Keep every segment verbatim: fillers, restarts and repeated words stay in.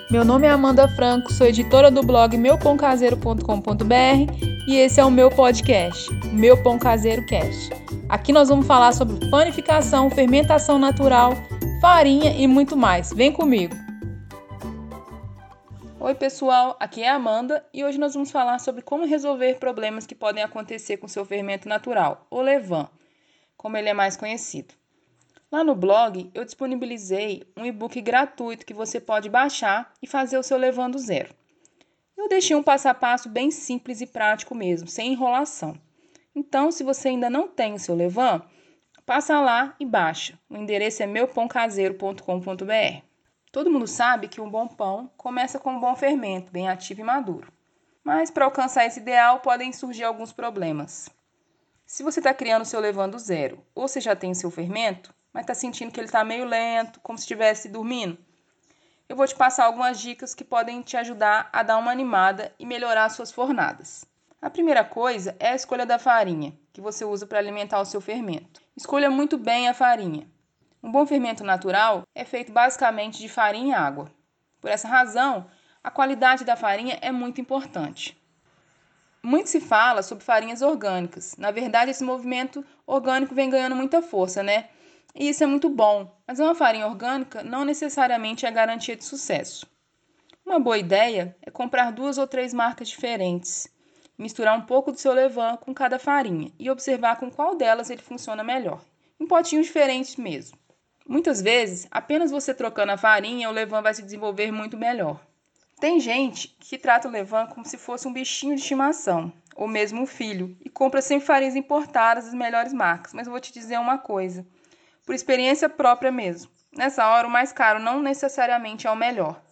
Meu nome é Amanda Franco, sou editora do blog meu pão caseiro ponto com ponto b r e esse é o meu podcast, o Meu Pão Caseiro Cast. Aqui nós vamos falar sobre panificação, fermentação natural, farinha e muito mais. Vem comigo! Oi pessoal, aqui é a Amanda e hoje nós vamos falar sobre como resolver problemas que podem acontecer com seu fermento natural, o levain, como ele é mais conhecido. Lá no blog, eu disponibilizei um e-book gratuito que você pode baixar e fazer o seu levain do zero. Eu deixei um passo a passo bem simples e prático mesmo, sem enrolação. Então, se você ainda não tem o seu levain, passa lá e baixa. O endereço é meu pão caseiro ponto com ponto b r. Todo mundo sabe que um bom pão começa com um bom fermento, bem ativo e maduro. Mas para alcançar esse ideal, podem surgir alguns problemas. Se você está criando o seu levain do zero, ou você já tem o seu fermento, mas está sentindo que ele está meio lento, como se estivesse dormindo, eu vou te passar algumas dicas que podem te ajudar a dar uma animada e melhorar as suas fornadas. A primeira coisa é a escolha da farinha, que você usa para alimentar o seu fermento. Escolha muito bem a farinha. Um bom fermento natural é feito basicamente de farinha e água. Por essa razão, a qualidade da farinha é muito importante. Muito se fala sobre farinhas orgânicas. Na verdade, esse movimento orgânico vem ganhando muita força, né? E isso é muito bom, mas uma farinha orgânica não necessariamente é garantia de sucesso. Uma boa ideia é comprar duas ou três marcas diferentes, misturar um pouco do seu levain com cada farinha e observar com qual delas ele funciona melhor, em potinhos diferentes mesmo. Muitas vezes, apenas você trocando a farinha, o levain vai se desenvolver muito melhor. Tem gente que trata o levain como se fosse um bichinho de estimação, ou mesmo um filho, e compra sempre farinhas importadas das melhores marcas, mas eu vou te dizer uma coisa. Por experiência própria mesmo. Nessa hora, o mais caro não necessariamente é o melhor.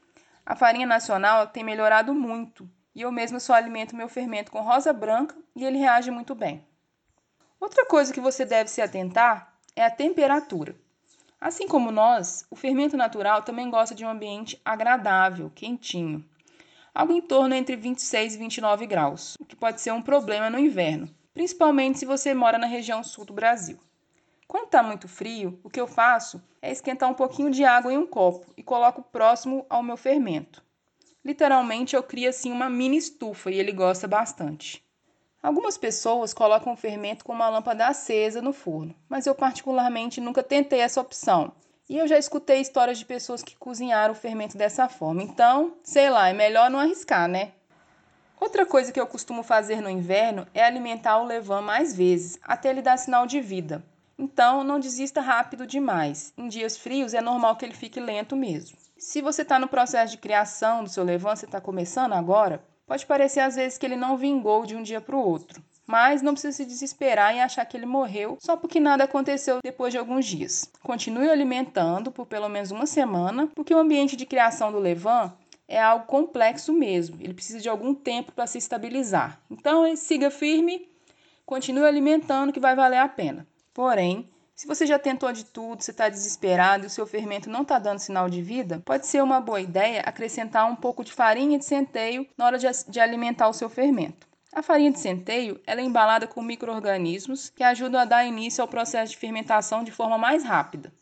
A farinha nacional tem melhorado muito e eu mesma só alimento meu fermento com rosa branca e ele reage muito bem. Outra coisa que você deve se atentar é a temperatura. Assim como nós, o fermento natural também gosta de um ambiente agradável, quentinho. Algo em torno entre vinte e seis e vinte e nove graus, o que pode ser um problema no inverno, principalmente se você mora na região sul do Brasil. Quando está muito frio, o que eu faço é esquentar um pouquinho de água em um copo e coloco próximo ao meu fermento. Literalmente, eu crio assim uma mini estufa e ele gosta bastante. Algumas pessoas colocam o fermento com uma lâmpada acesa no forno, mas eu particularmente nunca tentei essa opção. E eu já escutei histórias de pessoas que cozinharam o fermento dessa forma, então, sei lá, é melhor não arriscar, né? Outra coisa que eu costumo fazer no inverno é alimentar o levain mais vezes, até ele dar sinal de vida. Então, não desista rápido demais. Em dias frios, é normal que ele fique lento mesmo. Se você está no processo de criação do seu levain, você está começando agora, pode parecer às vezes que ele não vingou de um dia para o outro. Mas não precisa se desesperar e achar que ele morreu só porque nada aconteceu depois de alguns dias. Continue alimentando por pelo menos uma semana, porque o ambiente de criação do levain é algo complexo mesmo. Ele precisa de algum tempo para se estabilizar. Então, siga firme, continue alimentando que vai valer a pena. Porém, se você já tentou de tudo, você está desesperado e o seu fermento não está dando sinal de vida, pode ser uma boa ideia acrescentar um pouco de farinha de centeio na hora de, de alimentar o seu fermento. A farinha de centeio ela é embalada com micro-organismos que ajudam a dar início ao processo de fermentação de forma mais rápida.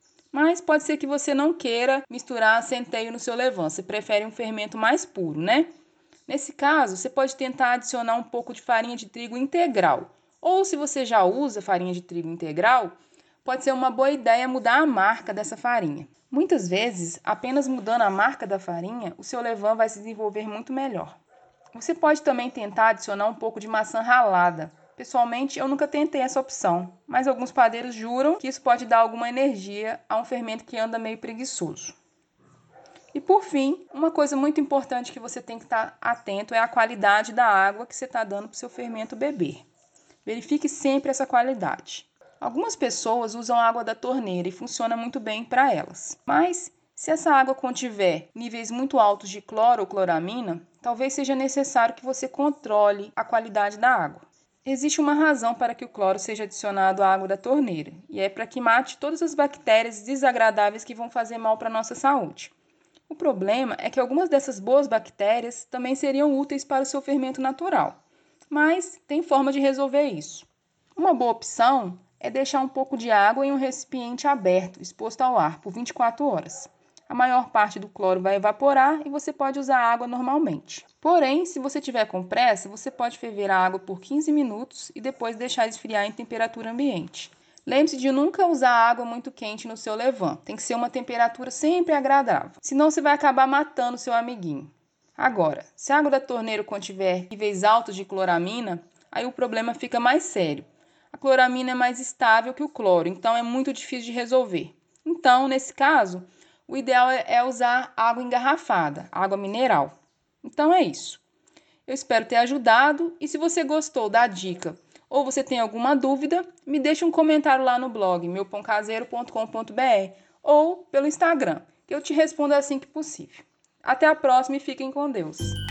Mas pode ser que você não queira misturar centeio no seu levain, você prefere um fermento mais puro, né? Nesse caso, você pode tentar adicionar um pouco de farinha de trigo integral. Ou se você já usa farinha de trigo integral, pode ser uma boa ideia mudar a marca dessa farinha. Muitas vezes, apenas mudando a marca da farinha, o seu levain vai se desenvolver muito melhor. Você pode também tentar adicionar um pouco de maçã ralada. Pessoalmente, eu nunca tentei essa opção, mas alguns padeiros juram que isso pode dar alguma energia a um fermento que anda meio preguiçoso. E por fim, uma coisa muito importante que você tem que estar atento é a qualidade da água que você está dando para o seu fermento beber. Verifique sempre essa qualidade. Algumas pessoas usam água da torneira e funciona muito bem para elas. Mas, se essa água contiver níveis muito altos de cloro ou cloramina, talvez seja necessário que você controle a qualidade da água. Existe uma razão para que o cloro seja adicionado à água da torneira, e é para que mate todas as bactérias desagradáveis que vão fazer mal para a nossa saúde. O problema é que algumas dessas boas bactérias também seriam úteis para o seu fermento natural. Mas tem forma de resolver isso. Uma boa opção é deixar um pouco de água em um recipiente aberto, exposto ao ar, por vinte e quatro horas. a maior parte do cloro vai evaporar e você pode usar a água normalmente. Porém, se você tiver com pressa, você pode ferver a água por quinze minutos e depois deixar esfriar em temperatura ambiente. Lembre-se de nunca usar água muito quente no seu levain. Tem que ser uma temperatura sempre agradável. Senão você vai acabar matando o seu amiguinho. Agora, se a água da torneira contiver níveis altos de cloramina, aí o problema fica mais sério. A cloramina é mais estável que o cloro, então é muito difícil de resolver. Então, nesse caso, o ideal é usar água engarrafada, água mineral. Então é isso. Eu espero ter ajudado e se você gostou da dica ou você tem alguma dúvida, me deixe um comentário lá no blog meu pão caseiro ponto com ponto b r ou pelo Instagram, que eu te respondo assim que possível. Até a próxima e fiquem com Deus.